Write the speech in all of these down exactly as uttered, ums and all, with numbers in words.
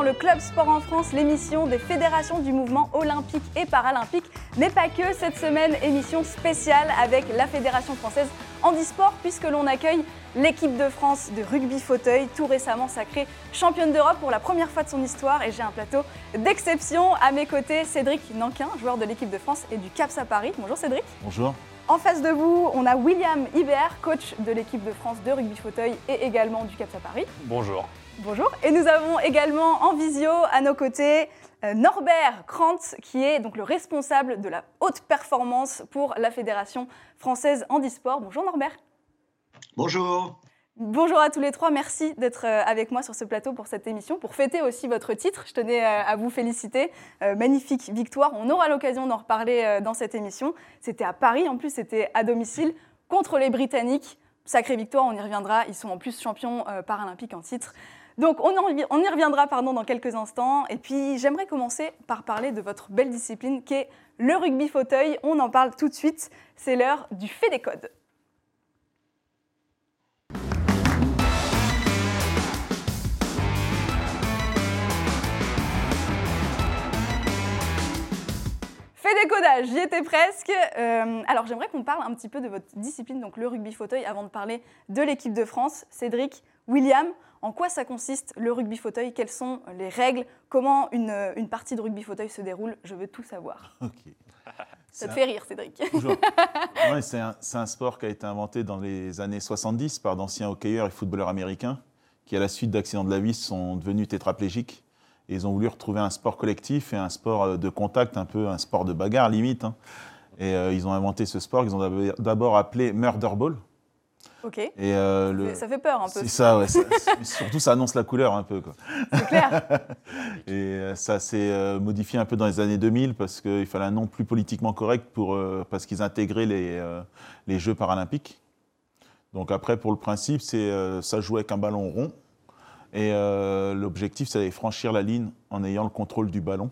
dans le Club Sport en France, l'émission des fédérations du mouvement olympique et paralympique. Mais pas que, cette semaine, émission spéciale avec la Fédération française handisport, puisque l'on accueille l'équipe de France de rugby fauteuil, tout récemment sacrée championne d'Europe pour la première fois de son histoire. Et j'ai un plateau d'exception. À mes côtés, Cédric Nankin, joueur de l'équipe de France et du CAPS à Paris. Bonjour Cédric. Bonjour. En face de vous, on a William Hibert, coach de l'équipe de France de rugby fauteuil et également du CAPS à Paris. Bonjour. Bonjour. Et nous avons également en visio à nos côtés euh, Norbert Krantz, qui est donc le responsable de la haute performance pour la Fédération française handisport. Bonjour Norbert. Bonjour. Bonjour à tous les trois, merci d'être avec moi sur ce plateau pour cette émission, pour fêter aussi votre titre. Je tenais à vous féliciter, euh, magnifique victoire, on aura l'occasion d'en reparler dans cette émission. C'était à Paris, en plus c'était à domicile, contre les Britanniques. Sacrée victoire, on y reviendra, ils sont en plus champions euh, paralympiques en titre. Donc on, en, on y reviendra pardon, dans quelques instants. Et puis j'aimerais commencer par parler de votre belle discipline qui est le rugby fauteuil. On en parle tout de suite, c'est l'heure du fait des codes. Fait décodage, j'y étais presque. Euh, alors j'aimerais qu'on parle un petit peu de votre discipline, donc le rugby fauteuil, avant de parler de l'équipe de France. Cédric, William, en quoi ça consiste le rugby fauteuil? Quelles sont les règles? Comment une, une partie de rugby fauteuil se déroule? Je veux tout savoir. Ok. Ça c'est te un... fait rire, Cédric. Bonjour. Ouais, c'est, un, c'est un sport qui a été inventé dans les années soixante-dix par d'anciens hockeyeurs et footballeurs américains qui, à la suite d'accidents de la vie, sont devenus tétraplégiques. Et ils ont voulu retrouver un sport collectif et un sport de contact, un peu un sport de bagarre limite. Hein. Et euh, ils ont inventé ce sport qu'ils ont d'abord appelé Murder Ball. Ok. Et euh, le... Ça fait peur un peu. C'est ça, ouais. Ça, surtout, ça annonce la couleur un peu, quoi. C'est clair. Et euh, ça s'est euh, modifié un peu dans les années deux mille parce qu'il fallait un nom plus politiquement correct pour, euh, parce qu'ils intégraient les, euh, les Jeux paralympiques. Donc après, pour le principe, c'est, euh, ça jouait avec un ballon rond. Et euh, l'objectif, c'est d'aller franchir la ligne en ayant le contrôle du ballon.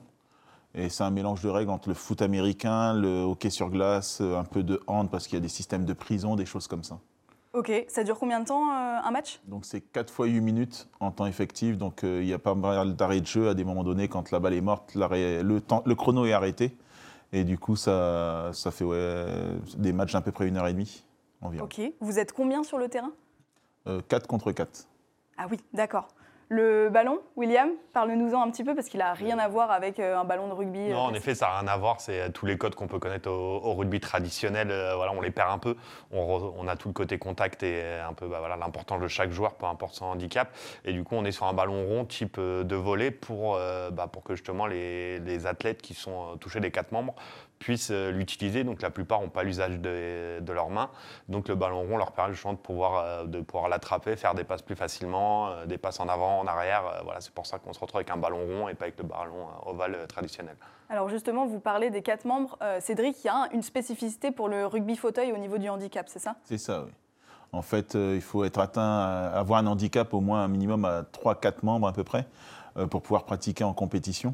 Et c'est un mélange de règles entre le foot américain, le hockey sur glace, un peu de hand parce qu'il y a des systèmes de prison, des choses comme ça. Ok, ça dure combien de temps euh, un match? Donc c'est quatre fois huit minutes en temps effectif. Donc euh, il y a pas mal d'arrêts de jeu à des moments donnés quand la balle est morte, le, temps, le chrono est arrêté. Et du coup, ça, ça fait ouais, des matchs d'à peu près une heure et demie environ. Ok, vous êtes combien sur le terrain? euh, quatre contre quatre. Ah oui, d'accord. Le ballon, William, parle-nous-en un petit peu parce qu'il n'a rien à voir avec euh, un ballon de rugby. Non, euh, en effet, ça n'a rien à voir. C'est euh, tous les codes qu'on peut connaître au, au rugby traditionnel. Euh, voilà, on les perd un peu. On, re, on a tout le côté contact et un peu bah, voilà, l'importance de chaque joueur, peu importe son handicap. Et du coup, on est sur un ballon rond type euh, de volley pour, euh, bah, pour que justement les, les athlètes qui sont euh, touchés des quatre membres puissent euh, l'utiliser. Donc la plupart n'ont pas l'usage de, de leurs mains. Donc le ballon rond leur permet justement de pouvoir, euh, de pouvoir l'attraper, faire des passes plus facilement, euh, des passes en avant, en arrière. Euh, voilà, c'est pour ça qu'on se retrouve avec un ballon rond et pas avec le ballon euh, ovale euh, traditionnel. Alors justement, vous parlez des quatre membres. Euh, Cédric, il y a une spécificité pour le rugby fauteuil au niveau du handicap, c'est ça? C'est ça, oui. En fait, euh, il faut être atteint, avoir un handicap au moins un minimum à trois à quatre membres à peu près euh, pour pouvoir pratiquer en compétition.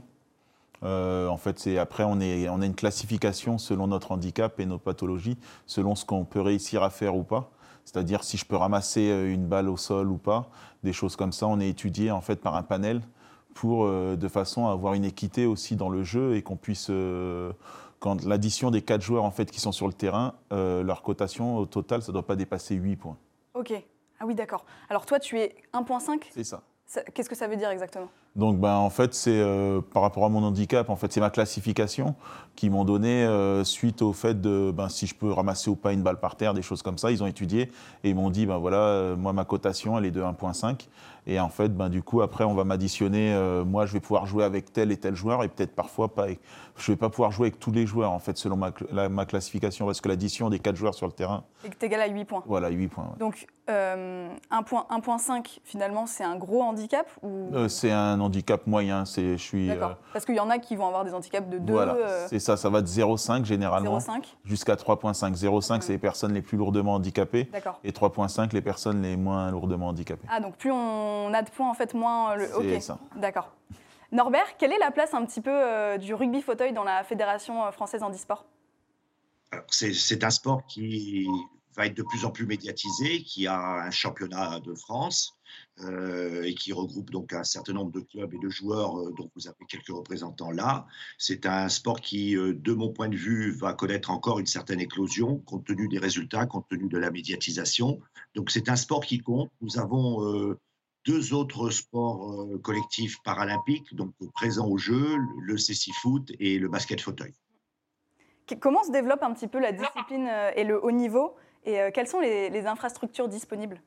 Euh, en fait, c'est, après, on, est, on a une classification selon notre handicap et nos pathologies, selon ce qu'on peut réussir à faire ou pas. C'est-à-dire si je peux ramasser une balle au sol ou pas, des choses comme ça. On est étudié en fait par un panel pour, euh, de façon à avoir une équité aussi dans le jeu et qu'on puisse, euh, quand l'addition des quatre joueurs en fait qui sont sur le terrain, euh, leur cotation au total, ça ne doit pas dépasser huit points. Ok. Ah oui, d'accord. Alors toi, tu es un virgule cinq? C'est ça. Ça, qu'est-ce que ça veut dire exactement? Donc, ben, en fait, c'est euh, par rapport à mon handicap, en fait, c'est ma classification qu'ils m'ont donnée euh, suite au fait de ben, si je peux ramasser ou pas une balle par terre, des choses comme ça. Ils ont étudié et ils m'ont dit, ben voilà, euh, moi, ma cotation, elle est de un virgule cinq. Et en fait, ben, du coup, après, on va m'additionner. Euh, moi, je vais pouvoir jouer avec tel et tel joueur et peut-être parfois pas. Avec, je ne vais pas pouvoir jouer avec tous les joueurs, en fait, selon ma, la, ma classification, parce que l'addition des quatre joueurs sur le terrain. Et que tu es égal à huit points. Voilà, huit points. Ouais. Donc, euh, un virgule cinq, finalement, c'est un gros handicap ou... euh, C'est un handicap moyen. C'est, je suis, D'accord. Euh, Parce qu'il y en a qui vont avoir des handicaps de deux. Voilà, euh... c'est ça. Ça va de zéro virgule cinq généralement zéro virgule cinq jusqu'à trois virgule cinq. zéro virgule cinq, mmh. c'est les personnes les plus lourdement handicapées. D'accord. Et trois virgule cinq, les personnes les moins lourdement handicapées. Ah, donc plus on a de points, en fait, moins... Le... C'est okay. ça. D'accord. Norbert, quelle est la place un petit peu euh, du rugby fauteuil dans la Fédération française handisport? Alors, c'est, c'est un sport qui va être de plus en plus médiatisé, qui a un championnat de France euh, et qui regroupe donc un certain nombre de clubs et de joueurs, euh, dont vous avez quelques représentants là. C'est un sport qui, euh, de mon point de vue, va connaître encore une certaine éclosion compte tenu des résultats, compte tenu de la médiatisation. Donc c'est un sport qui compte. Nous avons euh, deux autres sports euh, collectifs paralympiques, donc présents au jeu, le C C Foot et le basket fauteuil. Comment se développe un petit peu la discipline et le haut niveau et quelles sont les, les infrastructures disponibles?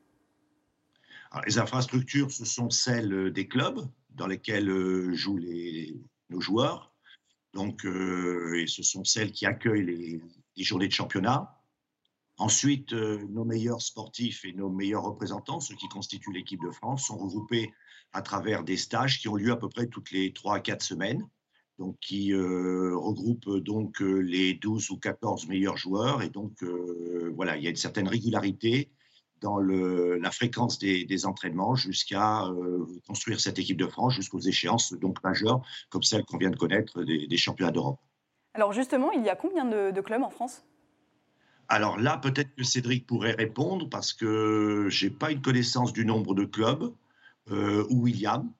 Alors, les infrastructures, ce sont celles des clubs dans lesquels euh, jouent les, nos joueurs. Donc, euh, et ce sont celles qui accueillent les, les journées de championnat. Ensuite, euh, nos meilleurs sportifs et nos meilleurs représentants, ceux qui constituent l'équipe de France, sont regroupés à travers des stages qui ont lieu à peu près toutes les trois à quatre semaines. Donc, qui euh, regroupe donc euh, les douze ou quatorze meilleurs joueurs. Et donc, euh, voilà, il y a une certaine régularité dans le, la fréquence des, des entraînements jusqu'à euh, construire cette équipe de France, jusqu'aux échéances donc majeures, comme celle qu'on vient de connaître des, des championnats d'Europe. Alors justement, il y a combien de, de clubs en France? Alors là, peut-être que Cédric pourrait répondre parce que je n'ai pas une connaissance du nombre de clubs. Euh, ou William?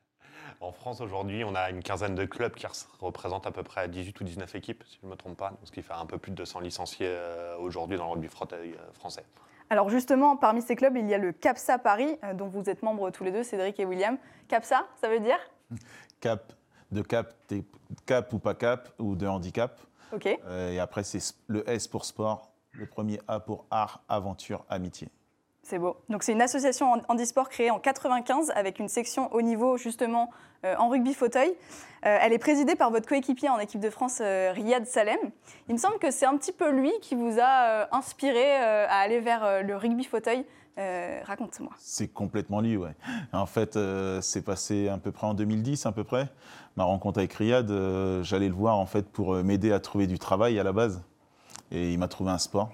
En France, aujourd'hui, on a une quinzaine de clubs qui représentent à peu près dix-huit ou dix-neuf équipes, si je ne me trompe pas, ce qui fait un peu plus de deux cents licenciés aujourd'hui dans le rugby français. Alors justement, parmi ces clubs, il y a le CAPSA Paris, dont vous êtes membres tous les deux, Cédric et William. CAPSA, ça veut dire? Cap, de cap, t'es cap ou pas cap, ou de handicap. Ok. Euh, et après, c'est le S pour sport, le premier A pour art, aventure, amitié. C'est beau. Donc c'est une association handisport créée en quatre-vingt-quinze avec une section haut niveau justement euh, en rugby fauteuil. Euh, elle est présidée par votre coéquipier en équipe de France, euh, Riyad Salem. Il me semble que c'est un petit peu lui qui vous a euh, inspiré euh, à aller vers euh, le rugby fauteuil. Euh, raconte-moi. C'est complètement lui, ouais. En fait, euh, c'est passé à peu près en deux mille dix, à peu près. Ma rencontre avec Riyad, euh, j'allais le voir en fait pour m'aider à trouver du travail à la base. Et il m'a trouvé un sport.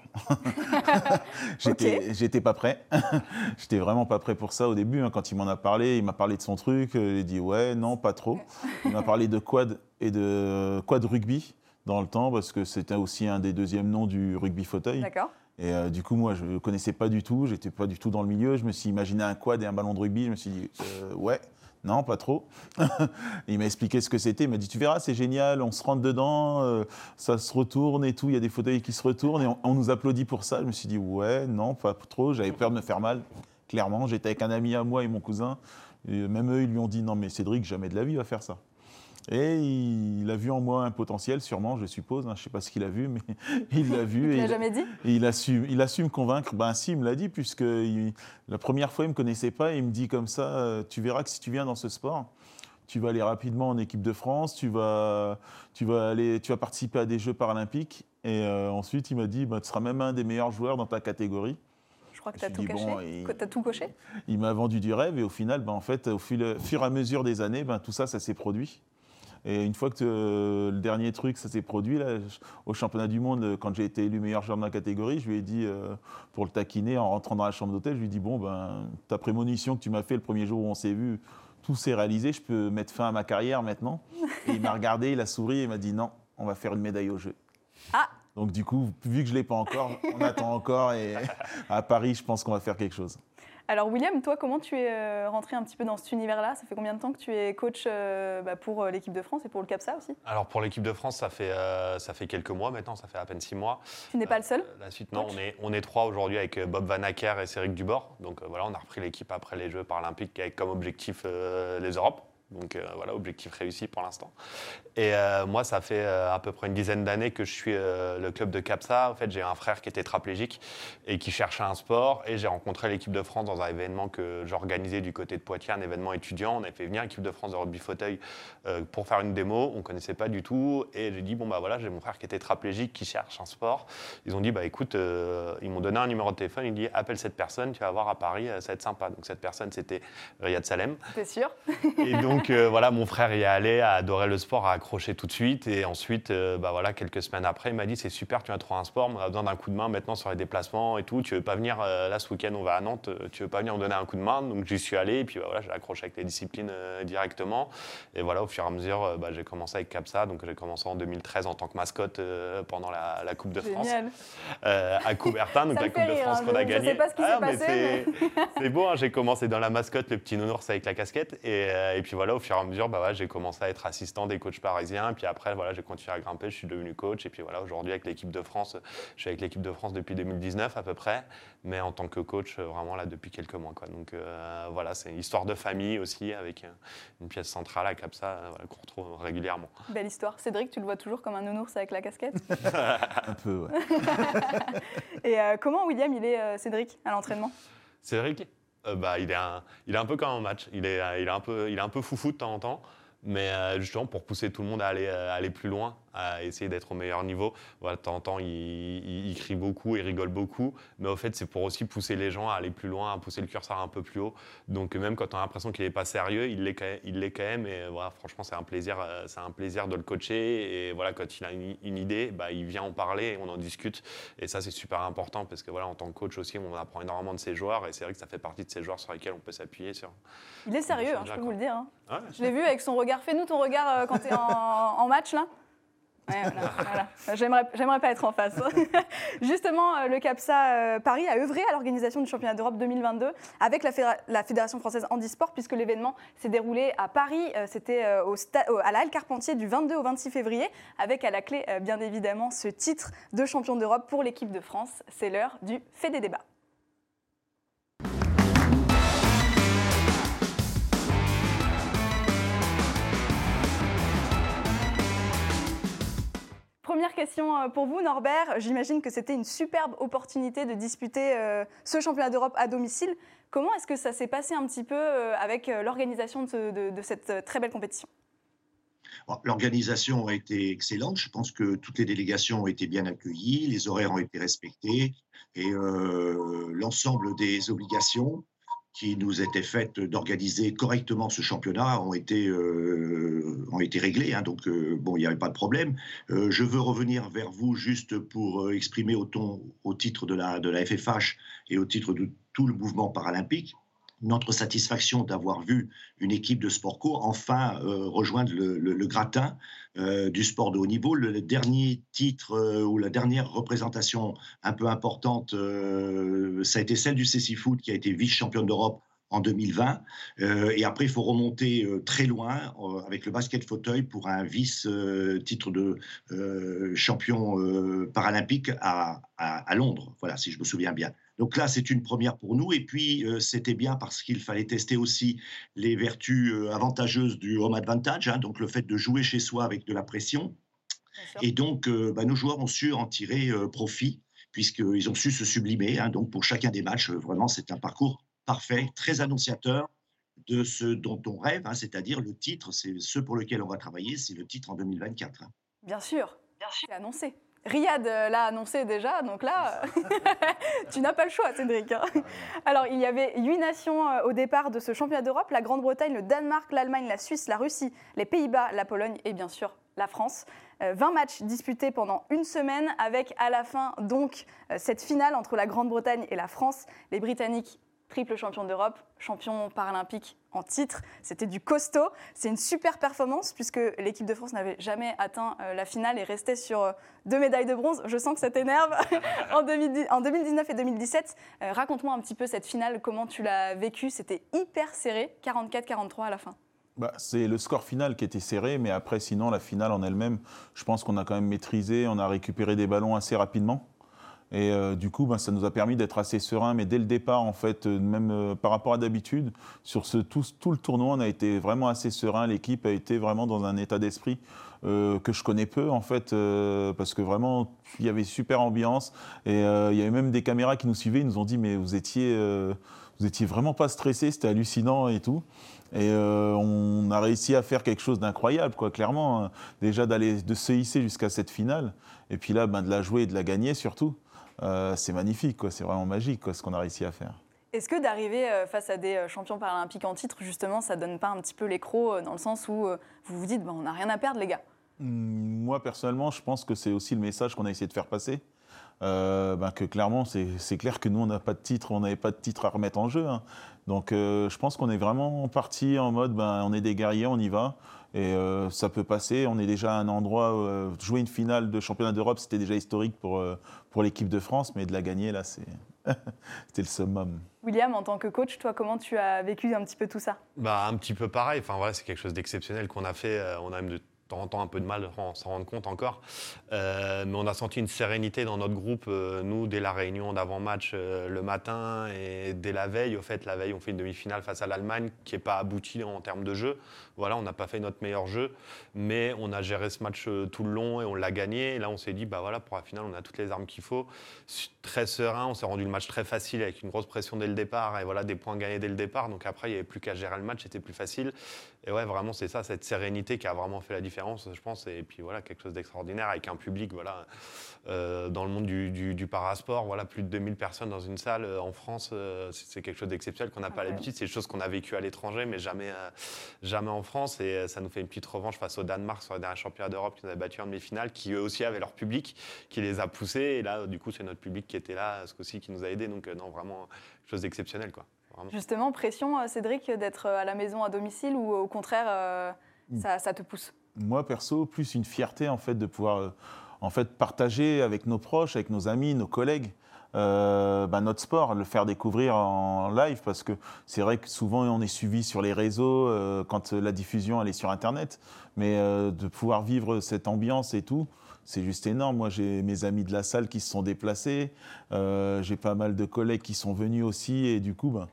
j'étais, okay. j'étais pas prêt. J'étais vraiment pas prêt pour ça au début. Hein. Quand il m'en a parlé, il m'a parlé de son truc. J'ai dit ouais, non, pas trop. Il m'a parlé de quad et de quad rugby dans le temps parce que c'était aussi un des deuxièmes noms du rugby fauteuil. D'accord. Et euh, du coup, moi, je ne connaissais pas du tout. J'étais pas du tout dans le milieu. Je me suis imaginé un quad et un ballon de rugby. Je me suis dit euh, ouais. Non, pas trop. Il m'a expliqué ce que c'était. Il m'a dit, tu verras, c'est génial, on se rentre dedans, euh, ça se retourne et tout. Il y a des fauteuils qui se retournent et on, on nous applaudit pour ça. Je me suis dit, ouais, non, pas trop. J'avais peur de me faire mal, clairement. J'étais avec un ami à moi et mon cousin. Et même eux, ils lui ont dit, non, mais Cédric, jamais de la vie, il va faire ça. Et il a vu en moi un potentiel, sûrement, je suppose. Hein, je ne sais pas ce qu'il a vu, mais il l'a vu. Il ne l'a jamais dit ? Et il a su, il a su me convaincre. Ben si, il me l'a dit, puisque il, la première fois, il ne me connaissait pas. Et il me dit comme ça, tu verras que si tu viens dans ce sport, tu vas aller rapidement en équipe de France, tu vas, tu vas, aller, tu vas participer à des Jeux paralympiques. Et euh, ensuite, il m'a dit, ben, tu seras même un des meilleurs joueurs dans ta catégorie. Je crois que tu as tout dit, caché, bon, il, t'as tout coché. Il m'a vendu du rêve. Et au final, ben, en fait, au fur et à mesure des années, ben, tout ça, ça s'est produit. Et une fois que euh, le dernier truc, ça s'est produit, là, au championnat du monde, quand j'ai été élu meilleur joueur de ma catégorie, je lui ai dit, euh, pour le taquiner, en rentrant dans la chambre d'hôtel, je lui ai dit, bon, ben, ta prémonition que tu m'as fait le premier jour où on s'est vu, tout s'est réalisé, je peux mettre fin à ma carrière maintenant. Et il m'a regardé, il a souri et il m'a dit, non, on va faire une médaille au jeu. Ah. Donc du coup, vu que je ne l'ai pas encore, on attend encore et à Paris, je pense qu'on va faire quelque chose. Alors William, toi, comment tu es rentré un petit peu dans cet univers-là? Ça fait combien de temps que tu es coach euh, bah, pour l'équipe de France et pour le CAPSA aussi? Alors pour l'équipe de France, ça fait, euh, ça fait quelques mois maintenant, ça fait à peine six mois. Tu n'es pas euh, le seul? La suite, non, on est, on est trois aujourd'hui avec Bob Van Acker et Cédric Dubord. Donc euh, voilà, on a repris l'équipe après les Jeux paralympiques avec comme objectif euh, les Europes. Donc euh, voilà, objectif réussi pour l'instant. Et euh, moi, ça fait euh, à peu près une dizaine d'années que je suis euh, le club de CAPSA. En fait, j'ai un frère qui est tétraplégique et qui cherchait un sport. Et j'ai rencontré l'équipe de France dans un événement que j'organisais du côté de Poitiers, un événement étudiant. On avait fait venir l'équipe de France de rugby fauteuil euh, pour faire une démo. On ne connaissait pas du tout. Et j'ai dit, bon, bah voilà, j'ai mon frère qui est tétraplégique, qui cherche un sport. Ils ont dit, bah écoute, euh, ils m'ont donné un numéro de téléphone. Ils dit, appelle cette personne, tu vas voir à Paris, ça va être sympa. Donc cette personne, c'était Riyad Salem. T'es sûr? Et donc, Donc euh, voilà, mon frère y allait, a adoré le sport, a accroché tout de suite. Et ensuite, euh, bah, voilà, quelques semaines après, il m'a dit c'est super, tu as trouvé un sport, on a besoin d'un coup de main maintenant sur les déplacements et tout. Tu veux pas venir, euh, là ce week-end on va à Nantes, tu veux pas venir me donner un coup de main. Donc j'y suis allé et puis bah, voilà, j'ai accroché avec les disciplines euh, directement. Et voilà, au fur et à mesure, euh, bah, j'ai commencé avec CAPSA. Donc j'ai commencé en deux mille treize en tant que mascotte euh, pendant la, la Coupe de France euh, à Coubertin, donc la Coupe de France hein, qu'on a je, gagnée. Je sais pas ce qui ah, s'est passé. C'est mais... c'est beau, hein, j'ai commencé dans la mascotte, le petit nounours avec la casquette. Et, euh, et puis voilà, au fur et à mesure, bah, ouais, j'ai commencé à être assistant des coachs parisiens. Et puis après, voilà, j'ai continué à grimper, je suis devenu coach. Et puis voilà, aujourd'hui, avec l'équipe de France, je suis avec l'équipe de France depuis deux mille dix-neuf à peu près. Mais en tant que coach, vraiment là, depuis quelques mois, quoi. Donc euh, voilà, c'est une histoire de famille aussi, avec une pièce centrale à CAPSA euh, voilà, qu'on retrouve régulièrement. Belle histoire. Cédric, tu le vois toujours comme un nounours avec la casquette? Un peu, ouais. Et euh, comment William, il est, euh, Cédric, à l'entraînement? Cédric, euh, bah, il, est un, il est un peu comme un match. Il est, il est, un, peu, il est un peu foufou de temps en temps. Mais euh, justement, pour pousser tout le monde à aller, à aller plus loin, à essayer d'être au meilleur niveau. Voilà, de temps en temps, il, il, il crie beaucoup, il rigole beaucoup. Mais au fait, c'est pour aussi pousser les gens à aller plus loin, à pousser le curseur un peu plus haut. Donc même quand on a l'impression qu'il n'est pas sérieux, il l'est quand même. Il l'est quand même et voilà, franchement, c'est un plaisir, c'est un plaisir de le coacher. Et voilà, quand il a une, une idée, bah, il vient en parler et on en discute. Et ça, c'est super important parce que voilà, en tant que coach aussi, on apprend énormément de ses joueurs. Et c'est vrai que ça fait partie de ces joueurs sur lesquels on peut s'appuyer. Sur, il est sérieux, hein, je peux vous le dire. Hein. Ouais, je l'ai vu avec son regard. Fais-nous ton regard euh, quand tu es en, en match, là. Ouais, voilà, voilà. J'aimerais, j'aimerais pas être en face. Justement, euh, le CAPSA euh, Paris a œuvré à l'organisation du championnat d'Europe deux mille vingt-deux avec la, fédéra- la Fédération française handisport, puisque l'événement s'est déroulé à Paris. Euh, c'était euh, au sta- euh, à la Halle Carpentier du vingt-deux au vingt-six février, avec à la clé, euh, bien évidemment, ce titre de champion d'Europe pour l'équipe de France. C'est l'heure du fait des débats. Première question pour vous, Norbert. J'imagine que c'était une superbe opportunité de disputer euh, ce championnat d'Europe à domicile. Comment est-ce que ça s'est passé un petit peu euh, avec euh, l'organisation de, de, de cette euh, très belle compétition? L'organisation a été excellente. Je pense que toutes les délégations ont été bien accueillies, les horaires ont été respectés et euh, l'ensemble des obligations qui nous étaient faites d'organiser correctement ce championnat ont été, euh, ont été réglées. Hein, donc, euh, bon, il n'y avait pas de problème. Euh, je veux revenir vers vous juste pour exprimer au, ton, au titre de la, de la F F H et au titre de tout le mouvement paralympique notre satisfaction d'avoir vu une équipe de Sport Co enfin euh, rejoindre le, le, le gratin euh, du sport de haut niveau. Le, le dernier titre euh, ou la dernière représentation un peu importante, euh, ça a été celle du C C Foot qui a été vice-championne d'Europe en deux mille vingt. Euh, et après, il faut remonter euh, très loin euh, avec le basket fauteuil pour un vice-titre de euh, champion euh, paralympique à, à, à Londres, voilà, si je me souviens bien. Donc là, c'est une première pour nous. Et puis, euh, c'était bien parce qu'il fallait tester aussi les vertus euh, avantageuses du home advantage, hein, donc le fait de jouer chez soi avec de la pression. Et donc, euh, bah, nos joueurs ont su en tirer euh, profit, puisqu'ils ont su se sublimer. Hein, donc, pour chacun des matchs, euh, vraiment, c'est un parcours parfait, très annonciateur de ce dont on rêve, hein, c'est-à-dire le titre, c'est ce pour lequel on va travailler, c'est le titre en deux mille vingt-quatre. Hein. Bien sûr, bien sûr, c'est annoncé. Riyad euh, l'a annoncé déjà, donc là, tu n'as pas le choix, Cédric. Hein. Alors, il y avait huit nations euh, au départ de ce championnat d'Europe, la Grande-Bretagne, le Danemark, l'Allemagne, la Suisse, la Russie, les Pays-Bas, la Pologne et bien sûr la France. Euh, vingt matchs disputés pendant une semaine, avec à la fin donc euh, cette finale entre la Grande-Bretagne et la France. Les Britanniques, triple champion d'Europe, champion paralympique en titre. C'était du costaud. C'est une super performance puisque l'équipe de France n'avait jamais atteint euh, la finale et restait sur euh, deux médailles de bronze. Je sens que ça t'énerve. en, deux mille dix, en deux mille dix-neuf et deux mille dix-sept, euh, raconte-moi un petit peu cette finale, comment tu l'as vécue. C'était hyper serré, quarante-quatre quarante-trois à la fin. Bah, c'est le score final qui était serré, mais après, sinon, la finale en elle-même, je pense qu'on a quand même maîtrisé, on a récupéré des ballons assez rapidement. Et euh, du coup, ben, ça nous a permis d'être assez serein. Mais dès le départ, en fait, euh, même euh, par rapport à d'habitude, sur ce, tout, tout le tournoi, on a été vraiment assez serein. L'équipe a été vraiment dans un état d'esprit euh, que je connais peu, en fait, euh, parce que vraiment, il y avait super ambiance. Et euh, il y avait même des caméras qui nous suivaient. Ils nous ont dit, mais vous étiez, euh, vous étiez vraiment pas stressés, c'était hallucinant et tout. Et euh, on a réussi à faire quelque chose d'incroyable, quoi, clairement. Hein. Déjà, d'aller, de se hisser jusqu'à cette finale. Et puis là, ben, de la jouer et de la gagner, surtout. Euh, c'est magnifique, quoi. C'est vraiment magique quoi, ce qu'on a réussi à faire. Est-ce que d'arriver face à des champions paralympiques en titre, justement, ça donne pas un petit peu l'écro dans le sens où vous vous dites bah, on n'a rien à perdre, les gars? Moi, personnellement, je pense que c'est aussi le message qu'on a essayé de faire passer. Euh, ben que clairement, c'est, c'est clair que nous, on n'a pas de titre, on n'avait pas de titre à remettre en jeu. Hein. Donc, euh, je pense qu'on est vraiment parti en mode ben, on est des guerriers, on y va. Et euh, ça peut passer. On est déjà à un endroit où euh, jouer une finale de championnat d'Europe, c'était déjà historique pour, euh, pour l'équipe de France, mais de la gagner, là, c'est... c'était le summum. William, en tant que coach, toi, comment tu as vécu un petit peu tout ça? Bah, un petit peu pareil. Enfin, voilà, c'est quelque chose d'exceptionnel qu'on a fait. On a même de temps en temps un peu de mal à s'en rendre compte encore. Euh, mais on a senti une sérénité dans notre groupe, euh, nous, dès la réunion d'avant-match euh, le matin et dès la veille. Au fait, la veille, on fait une demi-finale face à l'Allemagne qui n'est pas aboutie en termes de jeu. Voilà, on n'a pas fait notre meilleur jeu, mais on a géré ce match euh, tout le long et on l'a gagné. Et là, on s'est dit, bah voilà, pour la finale, on a toutes les armes qu'il faut. Très serein, on s'est rendu le match très facile avec une grosse pression dès le départ et voilà, des points gagnés dès le départ. Donc après, il n'y avait plus qu'à gérer le match, c'était plus facile. Et ouais, vraiment, c'est ça, cette sérénité qui a vraiment fait la différence, je pense. Et puis voilà, quelque chose d'extraordinaire avec un public, voilà, euh, dans le monde du, du, du parasport, voilà, plus de deux mille personnes dans une salle euh, en France, euh, c'est, c'est quelque chose d'exceptionnel qu'on n'a pas l'habitude. C'est des choses qu'on a vécues à l'étranger, mais jamais, euh, jamais en France. Et euh, ça nous fait une petite revanche face au Danemark sur les derniers championnats d'Europe qui nous avait battu en demi-finale, qui eux aussi avaient leur public, qui les a poussés. Et là, du coup, c'est notre public qui était là, ce coup-ci, qui nous a aidés. Donc euh, non, vraiment, quelque chose d'exceptionnel, quoi. Vraiment. Justement, pression, Cédric, d'être à la maison à domicile ou au contraire, euh, ça, ça te pousse? Moi, perso, plus une fierté en fait, de pouvoir euh, en fait, partager avec nos proches, avec nos amis, nos collègues, euh, bah, notre sport, le faire découvrir en live, parce que c'est vrai que souvent on est suivi sur les réseaux euh, quand la diffusion elle est sur Internet, mais euh, de pouvoir vivre cette ambiance et tout, c'est juste énorme. Moi, j'ai mes amis de la salle qui se sont déplacés, euh, j'ai pas mal de collègues qui sont venus aussi, et du coup, ben,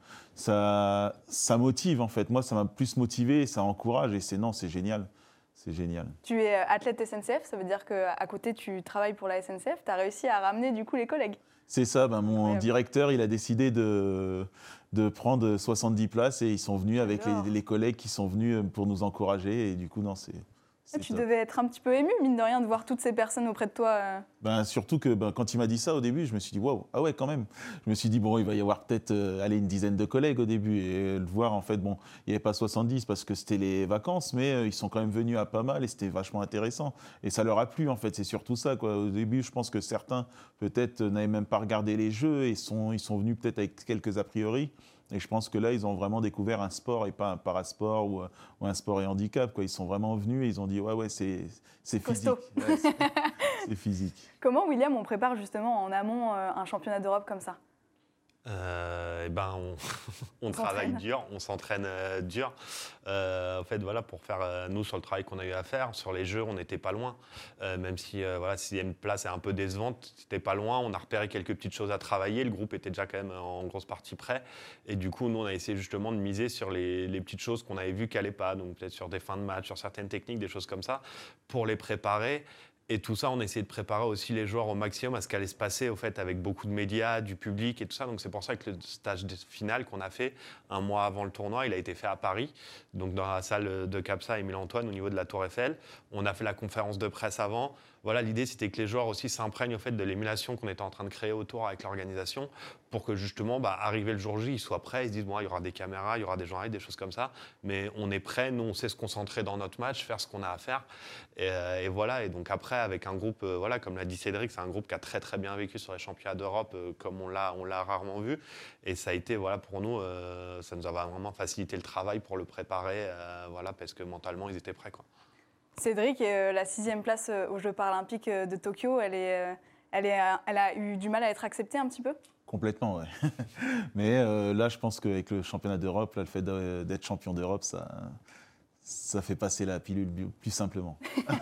ça, ça motive en fait. Moi, ça m'a plus motivé, ça encourage, et c'est non, c'est génial. C'est génial. Tu es athlète S N C F, ça veut dire qu'à côté, tu travailles pour la S N C F. Tu as réussi à ramener du coup les collègues. C'est ça, ben, mon directeur, il a décidé de, de prendre soixante-dix places et ils sont venus avec les, les collègues qui sont venus pour nous encourager. Et du coup, non, c'est... Ah, tu top. Devais être un petit peu ému, mine de rien, de voir toutes ces personnes auprès de toi. Euh... Ben, surtout que ben, quand il m'a dit ça au début, je me suis dit, waouh, ah ouais, quand même. Je me suis dit, bon, il va y avoir peut-être euh, allez, une dizaine de collègues au début. Et le voir, en fait, bon, il n'y avait pas soixante-dix parce que c'était les vacances, mais euh, ils sont quand même venus à pas mal et c'était vachement intéressant. Et ça leur a plu, en fait, c'est surtout ça, quoi. Au début, je pense que certains, peut-être, n'avaient même pas regardé les jeux et sont, ils sont venus peut-être avec quelques a priori. Et je pense que là, ils ont vraiment découvert un sport et pas un parasport ou, ou un sport et handicap, quoi. Ils sont vraiment venus et ils ont dit, ouais, ouais, c'est, c'est physique. Ouais, c'est, c'est physique. Comment, William, on prépare justement en amont euh, un championnat d'Europe comme ça? Euh, et ben on, on, on travaille dur, on s'entraîne euh, dur. Euh, en fait, voilà, pour faire euh, nous sur le travail qu'on a eu à faire sur les jeux, on n'était pas loin. Euh, même si euh, voilà, sixième place est un peu décevante, c'était pas loin. On a repéré quelques petites choses à travailler. Le groupe était déjà quand même en grosse partie prêt. Et du coup, nous, on a essayé justement de miser sur les, les petites choses qu'on avait vues qui n'allaient pas. Donc peut-être sur des fins de match, sur certaines techniques, des choses comme ça, pour les préparer. Et tout ça, on essayait de préparer aussi les joueurs au maximum à ce qu'allait se passer au fait, avec beaucoup de médias, du public et tout ça. Donc c'est pour ça que le stage final qu'on a fait un mois avant le tournoi, il a été fait à Paris, donc dans la salle de Capsa Émile Antoine au niveau de la Tour Eiffel. On a fait la conférence de presse avant. Voilà, l'idée, c'était que les joueurs aussi s'imprègnent au fait de l'émulation qu'on était en train de créer autour avec l'organisation pour que justement, bah, arrivé le jour J, ils soient prêts, ils se disent bon, il y aura des caméras, il y aura des journalistes, des choses comme ça, mais on est prêts, nous, on sait se concentrer dans notre match, faire ce qu'on a à faire. Et, euh, et voilà, et donc après, avec un groupe, euh, voilà, comme l'a dit Cédric, c'est un groupe qui a très très bien vécu sur les championnats d'Europe, euh, comme on l'a, on l'a rarement vu. Et ça a été, voilà, pour nous, euh, ça nous a vraiment facilité le travail pour le préparer, euh, voilà, parce que mentalement, ils étaient prêts, quoi. Cédric, euh, la sixième place euh, aux Jeux paralympiques euh, de Tokyo, elle, est, euh, elle, est, euh, elle a eu du mal à être acceptée un petit peu? Complètement, ouais. Mais euh, là, je pense qu'avec le championnat d'Europe, là, le fait d'être champion d'Europe, ça, ça fait passer la pilule plus simplement.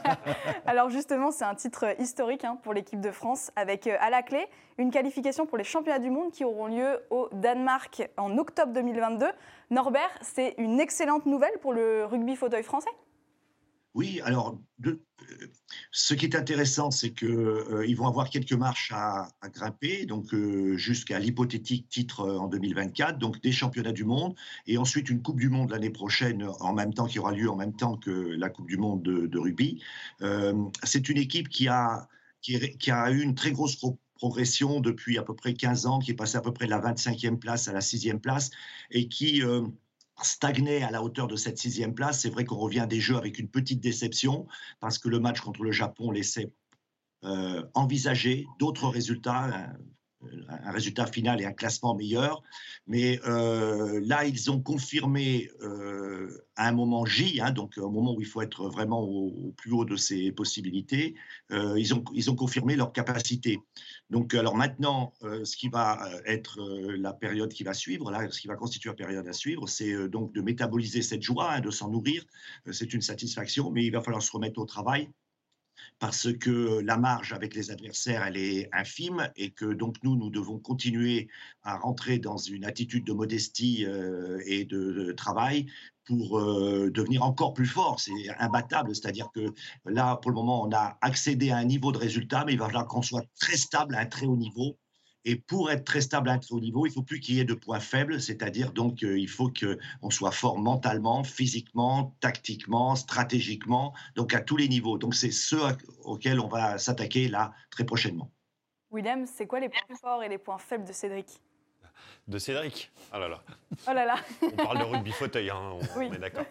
Alors justement, c'est un titre historique hein, pour l'équipe de France, avec euh, à la clé une qualification pour les championnats du monde qui auront lieu au Danemark en octobre deux mille vingt-deux. Norbert, c'est une excellente nouvelle pour le rugby fauteuil français? Oui, alors, de, euh, ce qui est intéressant, c'est qu'ils euh, vont avoir quelques marches à, à grimper, donc euh, jusqu'à l'hypothétique titre en deux mille vingt-quatre, donc des championnats du monde, et ensuite une Coupe du Monde l'année prochaine, en même temps, qui aura lieu en même temps que la Coupe du monde de, de rugby. Euh, c'est une équipe qui a, qui, est, qui a eu une très grosse progression depuis à peu près quinze ans, qui est passé à peu près de la vingt-cinquième place à la sixième place et qui euh, stagnait à la hauteur de cette sixième place. C'est vrai qu'on revient des Jeux avec une petite déception parce que le match contre le Japon laissait euh, envisager d'autres résultats, un, un résultat final et un classement meilleur. Mais euh, là, ils ont confirmé euh, à un moment J, hein, donc au moment où il faut être vraiment au, au plus haut de ses possibilités, euh, ils, ont, ils ont confirmé leur capacité. Donc, alors maintenant, euh, ce qui va être euh, la période qui va suivre, là, ce qui va constituer la période à suivre, c'est euh, donc de métaboliser cette joie, hein, de s'en nourrir. Euh, c'est une satisfaction, mais il va falloir se remettre au travail, parce que la marge avec les adversaires, elle est infime et que donc nous, nous devons continuer à rentrer dans une attitude de modestie euh, et de, de travail pour euh, devenir encore plus fort. C'est imbattable, c'est-à-dire que là, pour le moment, on a accédé à un niveau de résultat, mais il va falloir qu'on soit très stable à un très haut niveau. Et pour être très stable à un très haut niveau, il ne faut plus qu'il y ait de points faibles, c'est-à-dire donc euh, il faut qu'on soit fort mentalement, physiquement, tactiquement, stratégiquement, donc à tous les niveaux. Donc c'est ce auquel on va s'attaquer là très prochainement. William, c'est quoi les points forts et les points faibles de Cédric ? De Cédric. Oh là là. Oh là là. On parle de rugby fauteuil, hein, on, oui. on est d'accord.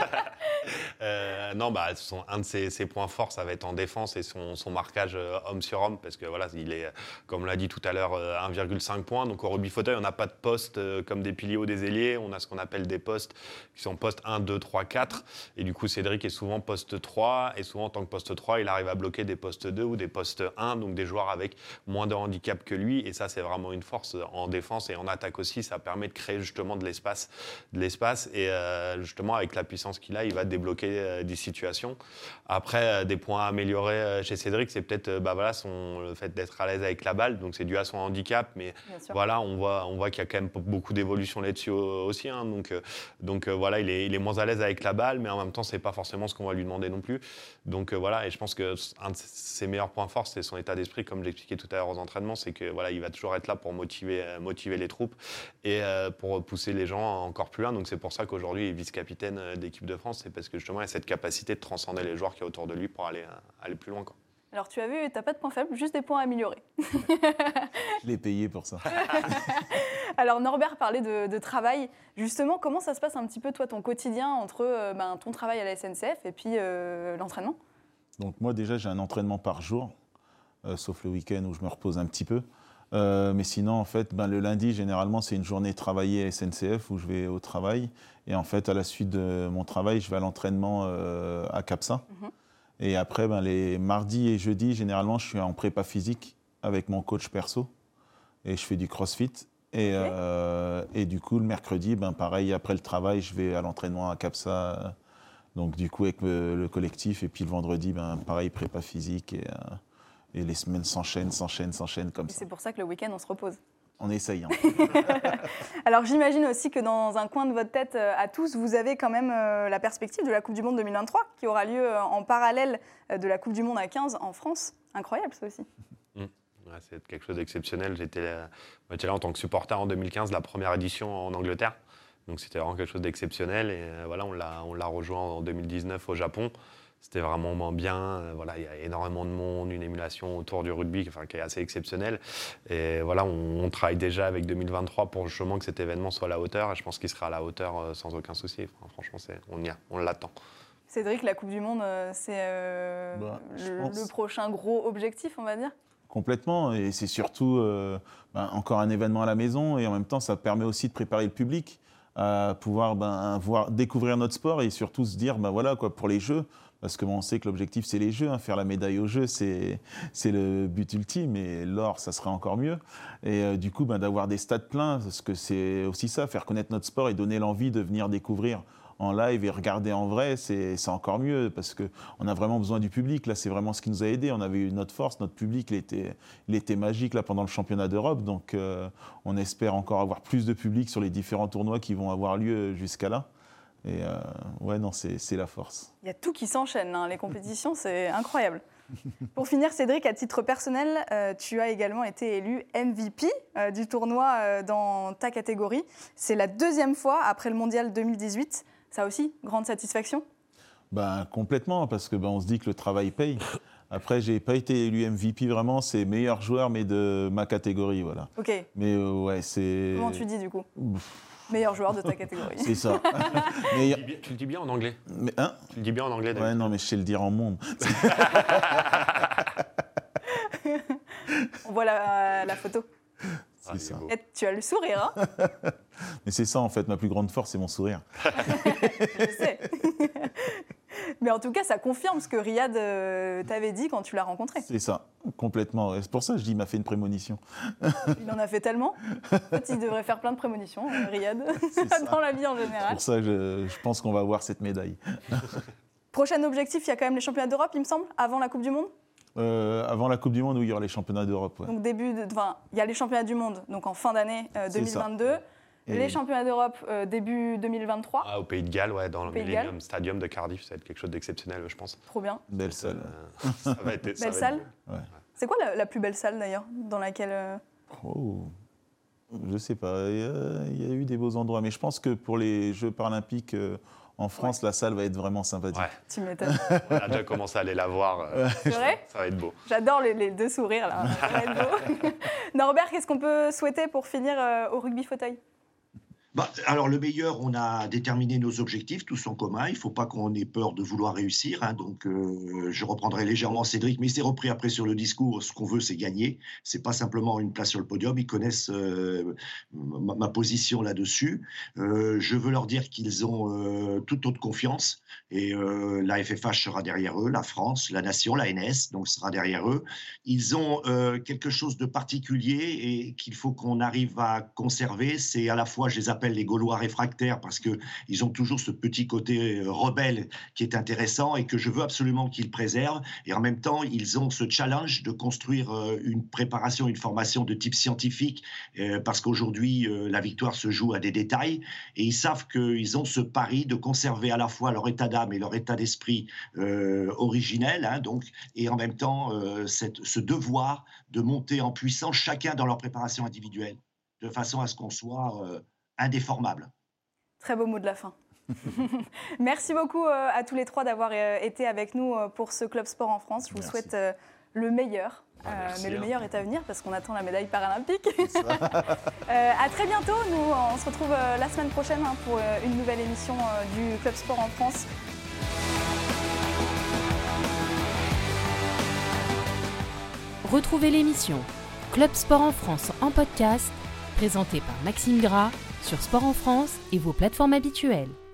euh, non, bah, son, un de ses, ses points forts, ça va être en défense et son, son marquage euh, homme sur homme, parce que voilà, il est, comme on l'a dit tout à l'heure, euh, un virgule cinq points. Donc au rugby fauteuil, on n'a pas de postes euh, comme des piliers ou des ailiers. On a ce qu'on appelle des postes qui sont postes un, deux, trois, quatre. Et du coup, Cédric est souvent poste trois. Et souvent, en tant que poste trois, il arrive à bloquer des postes deux ou des postes un, donc des joueurs avec moins de handicap que lui. Et ça, c'est vraiment une force en défense et en attaque aussi. Ça permet de créer justement de l'espace, de l'espace et euh, justement avec la puissance qu'il a, il va débloquer euh, des situations. Après, euh, des points à améliorer euh, chez Cédric, c'est peut-être euh, bah, voilà, son, le fait d'être à l'aise avec la balle, donc c'est dû à son handicap, mais voilà, on voit, on voit qu'il y a quand même beaucoup d'évolution là-dessus aussi, hein, donc, euh, donc euh, voilà, il est, il est moins à l'aise avec la balle, mais en même temps, c'est pas forcément ce qu'on va lui demander non plus. Donc euh, voilà, et je pense que un de ses meilleurs points forts, c'est son état d'esprit, comme j'expliquais tout à l'heure aux entraînements, c'est que voilà, il va toujours être là pour motiver, euh, motiver les troupes et euh, pour pousser les gens encore plus loin. Donc c'est pour ça qu'aujourd'hui, il est vice-capitaine d'équipe de France. C'est parce que justement, il y a cette capacité de transcender les joueurs qui y a autour de lui pour aller, aller plus loin, quoi. Alors tu as vu, tu n'as pas de points faibles, juste des points à améliorer. Je l'ai payé pour ça. Alors Norbert parlait de, de travail. Justement, comment ça se passe un petit peu, toi, ton quotidien entre euh, ben, ton travail à la S N C F et puis euh, l'entraînement ? Donc moi déjà, j'ai un entraînement par jour, euh, sauf le week-end où je me repose un petit peu. Euh, mais sinon, en fait, ben, le lundi, généralement, c'est une journée travaillée à S N C F où je vais au travail. Et en fait, à la suite de mon travail, je vais à l'entraînement euh, à Capsa. Mm-hmm. Et après, ben, les mardis et jeudis, généralement, je suis en prépa physique avec mon coach perso. Et je fais du crossfit. Et, okay. euh, et du coup, le mercredi, ben, pareil, après le travail, je vais à l'entraînement à Capsa. Donc, du coup, avec le, le collectif. Et puis le vendredi, ben, pareil, prépa physique. Et, euh, Et les semaines s'enchaînent, s'enchaînent, s'enchaînent comme et ça. C'est pour ça que le week-end, on se repose. On essaye. Hein. Alors j'imagine aussi que dans un coin de votre tête euh, à tous, vous avez quand même euh, la perspective de la Coupe du Monde deux mille vingt-trois qui aura lieu euh, en parallèle euh, de la Coupe du Monde à quinze en France. Incroyable ça aussi. Mmh. Ouais, c'est quelque chose d'exceptionnel. J'étais là, j'étais là en tant que supporter en deux mille quinze, la première édition en Angleterre. Donc c'était vraiment quelque chose d'exceptionnel. Et euh, voilà, on l'a, on l'a rejoint en deux mille dix-neuf au Japon. C'était vraiment bien. Voilà, il y a énormément de monde, une émulation autour du rugby enfin, qui est assez exceptionnelle. Et voilà, on, on travaille déjà avec deux mille vingt-trois pour justement que cet événement soit à la hauteur. Et je pense qu'il sera à la hauteur euh, sans aucun souci. Enfin, franchement, c'est, on y a, on l'attend. Cédric, la Coupe du Monde, c'est euh, bah, le, le prochain gros objectif, on va dire ? Complètement. Et c'est surtout euh, ben, encore un événement à la maison. Et en même temps, ça permet aussi de préparer le public à pouvoir ben, voir, découvrir notre sport et surtout se dire, ben, voilà, quoi, pour les Jeux, parce que bon, on sait que l'objectif, c'est les Jeux. Hein, faire la médaille aux Jeux, c'est, c'est le but ultime. Et l'or, ça serait encore mieux. Et euh, du coup, ben, d'avoir des stades pleins, parce que c'est aussi ça, faire connaître notre sport et donner l'envie de venir découvrir en live et regarder en vrai, c'est, c'est encore mieux parce qu'on a vraiment besoin du public. Là, c'est vraiment ce qui nous a aidés. On avait eu notre force, notre public, il était, il était magique là, pendant le championnat d'Europe. Donc, euh, on espère encore avoir plus de public sur les différents tournois qui vont avoir lieu jusqu'à là. Et euh, ouais, non, c'est, c'est la force. Il y a tout qui s'enchaîne, hein. Les compétitions, c'est incroyable. Pour finir, Cédric, à titre personnel, euh, tu as également été élu M V P euh, du tournoi euh, dans ta catégorie. C'est la deuxième fois après le Mondial deux mille dix-huit. Ça aussi, grande satisfaction ? Ben, complètement, parce que ben, on se dit que le travail paye. Après, j'ai pas été élu M V P vraiment, c'est meilleur joueur, mais de ma catégorie, voilà. Ok. Mais euh, ouais, c'est... Comment tu dis du coup ? Meilleur joueur de ta catégorie. C'est ça. Mais, tu, le dis bien, tu le dis bien en anglais. Mais, hein Tu le dis bien en anglais. Ouais, non, mais je sais le dire en monde. On voit la, la photo. C'est ah, ça. Et tu as le sourire, hein. Mais c'est ça, en fait, ma plus grande force, c'est mon sourire. Je sais. Mais en tout cas, ça confirme ce que Riyad euh, t'avait dit quand tu l'as rencontré. C'est ça, complètement. C'est pour ça que je dis qu'il m'a fait une prémonition. Il en a fait tellement. En fait, il devrait faire plein de prémonitions, euh, Riyad, dans la vie en général. C'est pour ça que je, je pense qu'on va avoir cette médaille. Prochain objectif, il y a quand même les championnats d'Europe, il me semble, avant la Coupe du Monde. Euh, avant la Coupe du Monde, oui, il y aura les championnats d'Europe. Ouais. Donc début, de, enfin, il y a les championnats du monde, donc en fin d'année euh, deux mille vingt-deux. Et les championnats d'Europe euh, début deux mille vingt-trois. Ah, au Pays de Galles, ouais, dans le Millennium Stadium de Cardiff, ça va être quelque chose d'exceptionnel, je pense. Trop bien. Belle salle. Euh, ça va être, ça belle va salle. Être... Ouais. C'est quoi la, la plus belle salle d'ailleurs, dans laquelle euh... Oh, je sais pas. Il y, a, il y a eu des beaux endroits, mais je pense que pour les Jeux paralympiques. Euh, En France, ouais. La salle va être vraiment sympathique. Ouais. Tu m'étonnes. On a déjà commencé à aller la voir. Euh, C'est vrai ? Ça va être beau. J'adore les, les deux sourires, là. Ça va être beau. Norbert, qu'est-ce qu'on peut souhaiter pour finir euh, au rugby fauteuil ? Bah, alors le meilleur, on a déterminé nos objectifs, tous en commun. Il ne faut pas qu'on ait peur de vouloir réussir. Hein. Donc euh, je reprendrai légèrement Cédric, mais il s'est repris après sur le discours. Ce qu'on veut, c'est gagner. C'est pas simplement une place sur le podium. Ils connaissent euh, ma, ma position là-dessus. Euh, je veux leur dire qu'ils ont euh, toute notre confiance. Et euh, la F F H sera derrière eux, la France, la Nation, la N S, donc sera derrière eux. Ils ont euh, quelque chose de particulier et qu'il faut qu'on arrive à conserver. C'est à la fois, je les appelle les Gaulois réfractaires parce qu'ils ont toujours ce petit côté rebelle qui est intéressant et que je veux absolument qu'ils préservent. Et en même temps, ils ont ce challenge de construire une préparation, une formation de type scientifique parce qu'aujourd'hui, la victoire se joue à des détails et ils savent qu'ils ont ce pari de conserver à la fois leur état d'âme et leur état d'esprit euh, originel, hein, donc, et en même temps euh, cette, ce devoir de monter en puissance chacun dans leur préparation individuelle de façon à ce qu'on soit euh, indéformable. Très beau mot de la fin. Merci beaucoup euh, à tous les trois d'avoir euh, été avec nous euh, pour ce Club Sport en France. Je vous Merci. souhaite euh, le meilleur. Euh, Merci, mais le meilleur est à venir parce qu'on attend la médaille paralympique. euh, à très bientôt. Nous, on se retrouve euh, la semaine prochaine hein, pour euh, une nouvelle émission euh, du Club Sport en France. Retrouvez l'émission Club Sport en France en podcast, présentée par Maxime Gras sur Sport en France et vos plateformes habituelles.